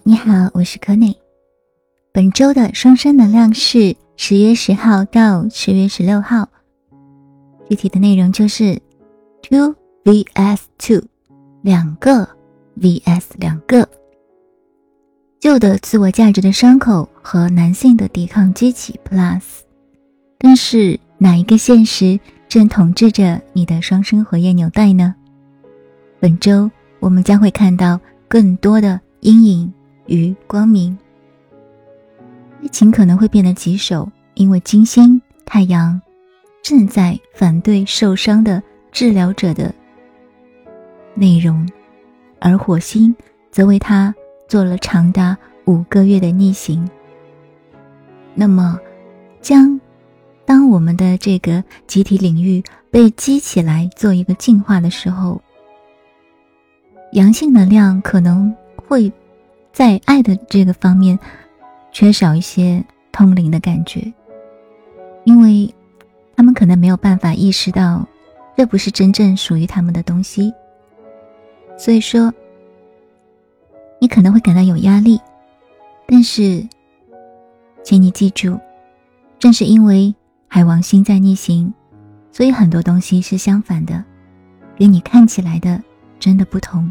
你好，我是可内。本周的双生能量是10月10号到10月16号，具体的内容就是 2 vs 2， 两个 vs 两个。旧的自我价值的伤口和男性的抵抗激起 plus， 但是哪一个现实正统治着你的双生火焰纽带呢？本周我们将会看到更多的阴影与光明。爱情可能会变得棘手，因为金星、太阳正在反对受伤的治疗者的内容，而火星则为他做了长达5个月的逆行。那么当我们的这个集体领域被激起来做一个净化的时候，阳性能量可能会在爱的这个方面缺少一些通灵的感觉，因为他们可能没有办法意识到这不是真正属于他们的东西。所以说你可能会感到有压力，但是请你记住，正是因为海王星在逆行，所以很多东西是相反的，跟你看起来的真的不同。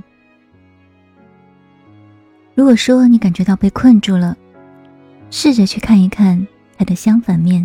如果说你感觉到被困住了，试着去看一看它的相反面。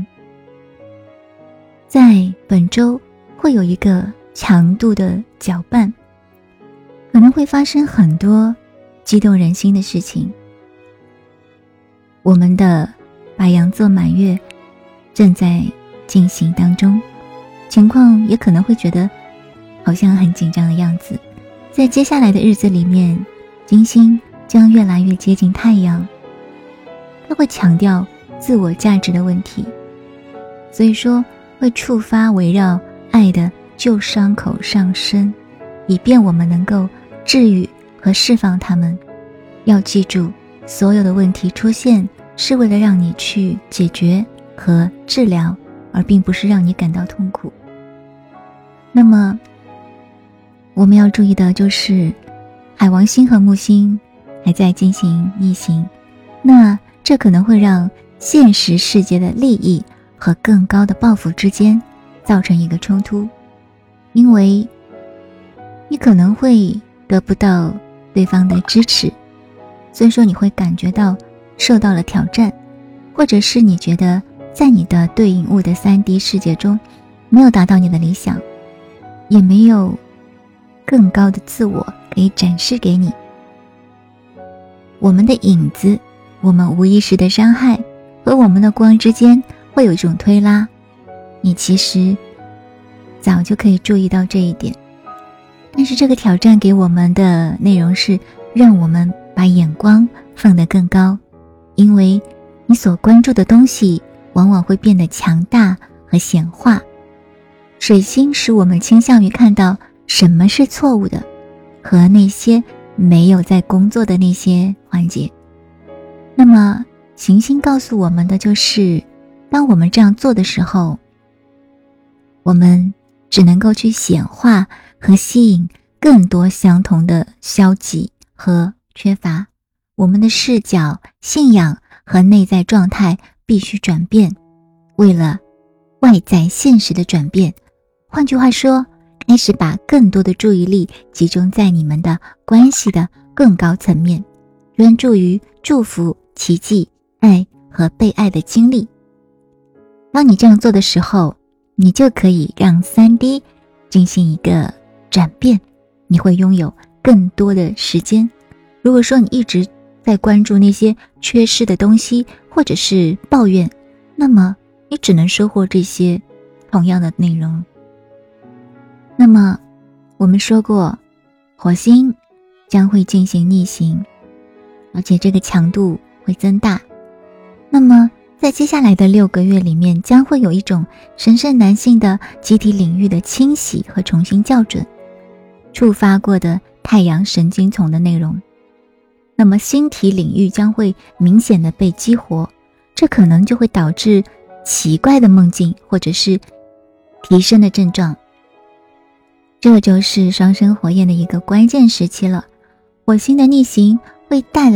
在本周会有一个强度的搅拌，可能会发生很多激动人心的事情。我们的白羊座满月正在进行当中，情况也可能会觉得好像很紧张的样子。在接下来的日子里面，金星将越来越接近太阳，它会强调自我价值的问题，所以说会触发围绕爱的旧伤口上升，以便我们能够治愈和释放它们。要记住，所有的问题出现是为了让你去解决和治疗，而并不是让你感到痛苦。那么我们要注意的就是海王星和木星还在进行逆行，那这可能会让现实世界的利益和更高的抱负之间造成一个冲突，因为你可能会得不到对方的支持，所以说你会感觉到受到了挑战，或者是你觉得在你的对应物的 3D 世界中没有达到你的理想，也没有更高的自我可以展示给你。我们的影子，我们无意识的伤害和我们的光之间会有一种推拉，你其实早就可以注意到这一点。但是这个挑战给我们的内容是让我们把眼光放得更高，因为你所关注的东西往往会变得强大和显化。水星使我们倾向于看到什么是错误的和那些没有在工作的那些环节。那么行星告诉我们的就是，当我们这样做的时候，我们只能够去显化和吸引更多相同的消极和缺乏。我们的视角、信仰和内在状态必须转变，为了外在现实的转变。换句话说，开始把更多的注意力集中在你们的关系的更高层面，专注于祝福、奇迹、爱和被爱的经历。当你这样做的时候，你就可以让 3D 进行一个转变，你会拥有更多的时间。如果说你一直在关注那些缺失的东西，或者是抱怨，那么你只能收获这些同样的内容。那么我们说过，火星将会进行逆行，而且这个强度会增大。那么在接下来的6个月里面，将会有一种神圣男性的集体领域的清洗和重新校准，触发过的太阳神经丛的内容。那么星体领域将会明显的被激活，这可能就会导致奇怪的梦境或者是提升的症状。这就是双生火焰的一个关键时期了。火星的逆行会带来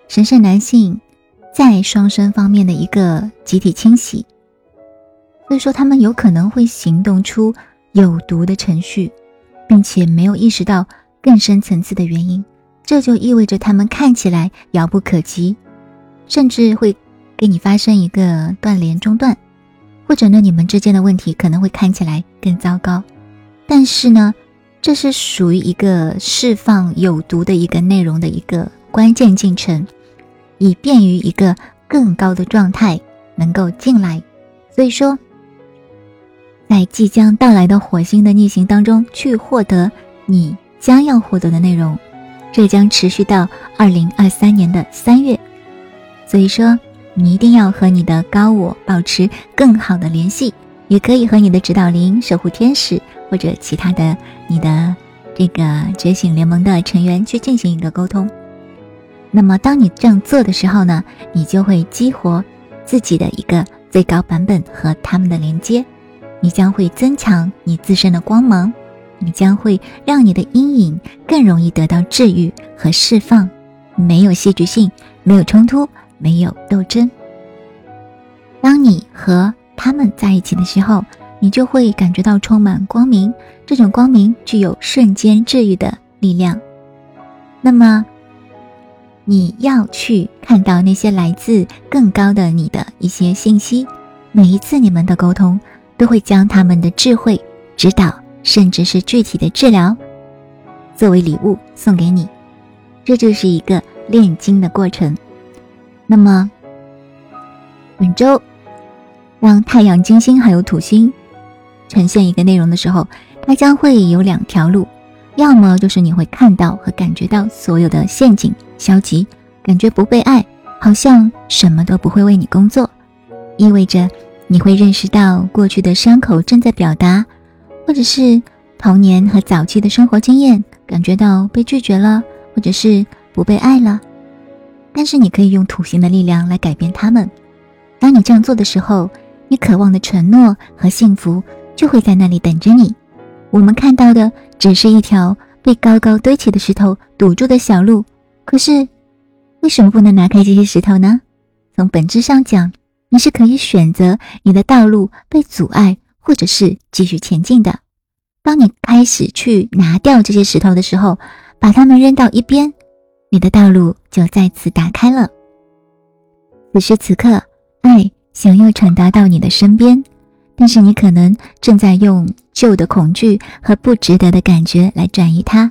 神圣男性在双生方面的一个集体清洗，所以说他们有可能会行动出有毒的程序，并且没有意识到更深层次的原因，这就意味着他们看起来遥不可及，甚至会给你发生一个断联中断，或者呢你们之间的问题可能会看起来更糟糕。但是呢这是属于一个释放有毒的一个内容的一个关键进程，以便于一个更高的状态能够进来。所以说在即将到来的火星的逆行当中去获得你将要获得的内容，这将持续到2023年的3月。所以说你一定要和你的高我保持更好的联系，也可以和你的指导灵、守护天使或者其他的你的这个觉醒联盟的成员去进行一个沟通。那么当你这样做的时候呢，你就会激活自己的一个最高版本和他们的连接，你将会增强你自身的光芒，你将会让你的阴影更容易得到治愈和释放，没有戏剧性，没有冲突，没有斗争。当你和他们在一起的时候，你就会感觉到充满光明，这种光明具有瞬间治愈的力量。那么你要去看到那些来自更高的你的一些信息，每一次你们的沟通都会将他们的智慧、指导，甚至是具体的治疗作为礼物送给你，这就是一个炼金的过程。那么本周当太阳、金星还有土星呈现一个内容的时候，它将会有2条路，要么就是你会看到和感觉到所有的陷阱、消极，感觉不被爱，好像什么都不会为你工作，意味着你会认识到过去的伤口正在表达，或者是童年和早期的生活经验，感觉到被拒绝了，或者是不被爱了。但是你可以用土星的力量来改变它们。当你这样做的时候，你渴望的承诺和幸福就会在那里等着你。我们看到的只是一条被高高堆起的石头堵住的小路，可是为什么不能拿开这些石头呢？从本质上讲，你是可以选择你的道路被阻碍，或者是继续前进的。当你开始去拿掉这些石头的时候，把它们扔到一边，你的道路就再次打开了。此时此刻，爱想要传达到你的身边，但是你可能正在用旧的恐惧和不值得的感觉来转移它。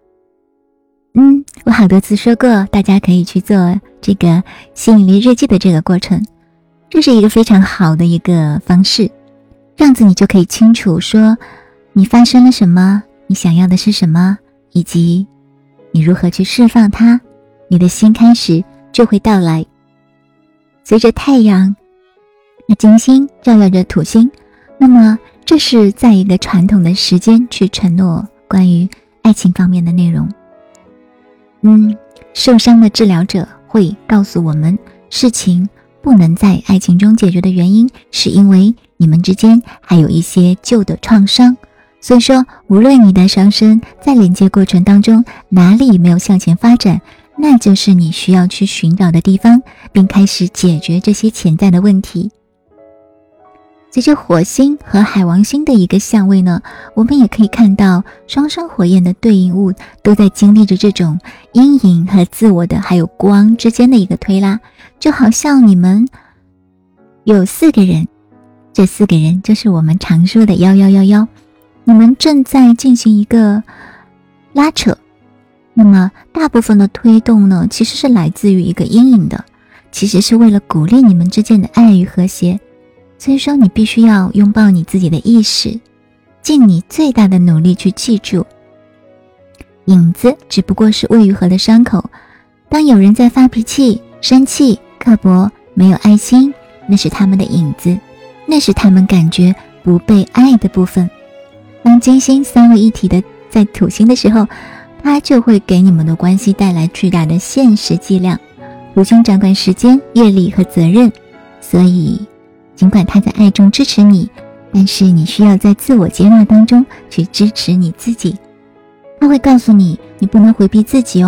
我好多次说过，大家可以去做这个吸引力日记的这个过程，这是一个非常好的一个方式，这样子你就可以清楚说你发生了什么，你想要的是什么，以及你如何去释放它，你的新开始就会到来。随着太阳金星照耀着土星，那么这是在一个传统的时间去承诺关于爱情方面的内容。受伤的治疗者会告诉我们，事情不能在爱情中解决的原因是因为你们之间还有一些旧的创伤。所以说无论你的双生在连接过程当中哪里没有向前发展，那就是你需要去寻找的地方，并开始解决这些潜在的问题。随着火星和海王星的一个相位呢，我们也可以看到双生火焰的对应物都在经历着这种阴影和自我的还有光之间的一个推拉，就好像你们有4个人，这4个人就是我们常说的1111，你们正在进行一个拉扯。那么大部分的推动呢，其实是来自于一个阴影的，其实是为了鼓励你们之间的爱与和谐。所以说你必须要拥抱你自己的意识，尽你最大的努力去记住，影子只不过是未愈合的伤口。当有人在发脾气、生气、刻薄、没有爱心，那是他们的影子，那是他们感觉不被爱的部分。当金星3位一体的在土星的时候，它就会给你们的关系带来巨大的现实剂量。土星掌管时间、业力和责任，所以尽管他在爱中支持你，但是你需要在自我接纳当中去支持你自己。他会告诉你，你不能回避自己哦，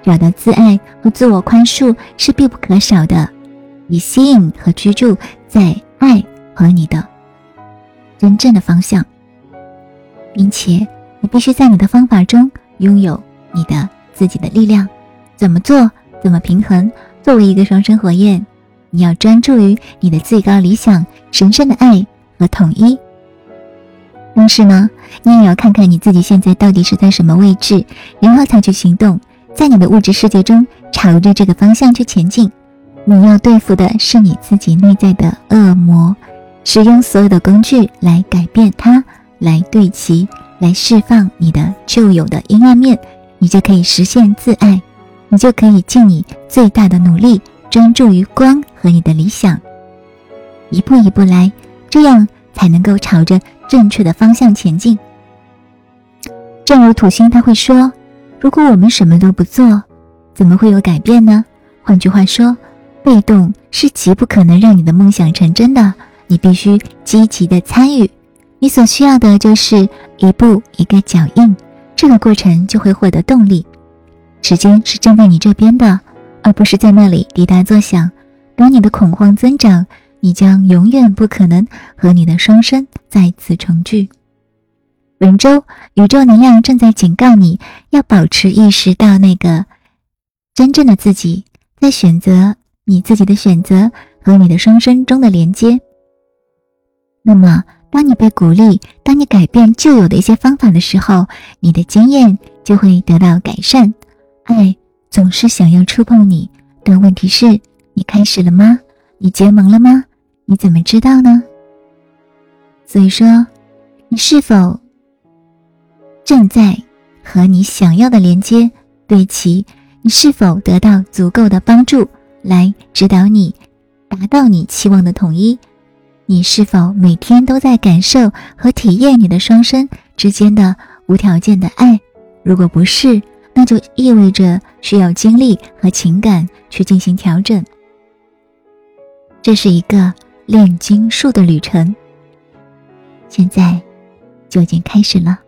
找到自爱和自我宽恕是必不可少的，以吸引和居住在爱和你的真正的方向，并且你必须在你的方法中拥有你的自己的力量。怎么做，怎么平衡，作为一个双生火焰，你要专注于你的最高理想、神圣的爱和统一。但是呢，你也要看看你自己现在到底是在什么位置，然后才去行动，在你的物质世界中朝着这个方向去前进。你要对付的是你自己内在的恶魔，使用所有的工具来改变它，来对齐，来释放你的旧有的阴暗面，你就可以实现自爱，你就可以尽你最大的努力专注于光和你的理想，一步一步来，这样才能够朝着正确的方向前进。正如土星他会说，如果我们什么都不做，怎么会有改变呢？换句话说，被动是极不可能让你的梦想成真的，你必须积极的参与。你所需要的就是一步一个脚印，这个过程就会获得动力。时间是站在你这边的，而不是在那里滴答作响。当你的恐慌增长，你将永远不可能和你的双生再次重聚。文州，宇宙能量正在警告你，要保持意识到那个真正的自己，在选择你自己的选择和你的双生中的连接。那么当你被鼓励，当你改变旧有的一些方法的时候，你的经验就会得到改善。爱总是想要触碰你，但问题是，你开始了吗？你结盟了吗？你怎么知道呢？所以说，你是否正在和你想要的连接对齐？你是否得到足够的帮助来指导你达到你期望的统一？你是否每天都在感受和体验你的双生之间的无条件的爱？如果不是，那就意味着需要精力和情感去进行调整。这是一个炼金术的旅程，现在就已经开始了。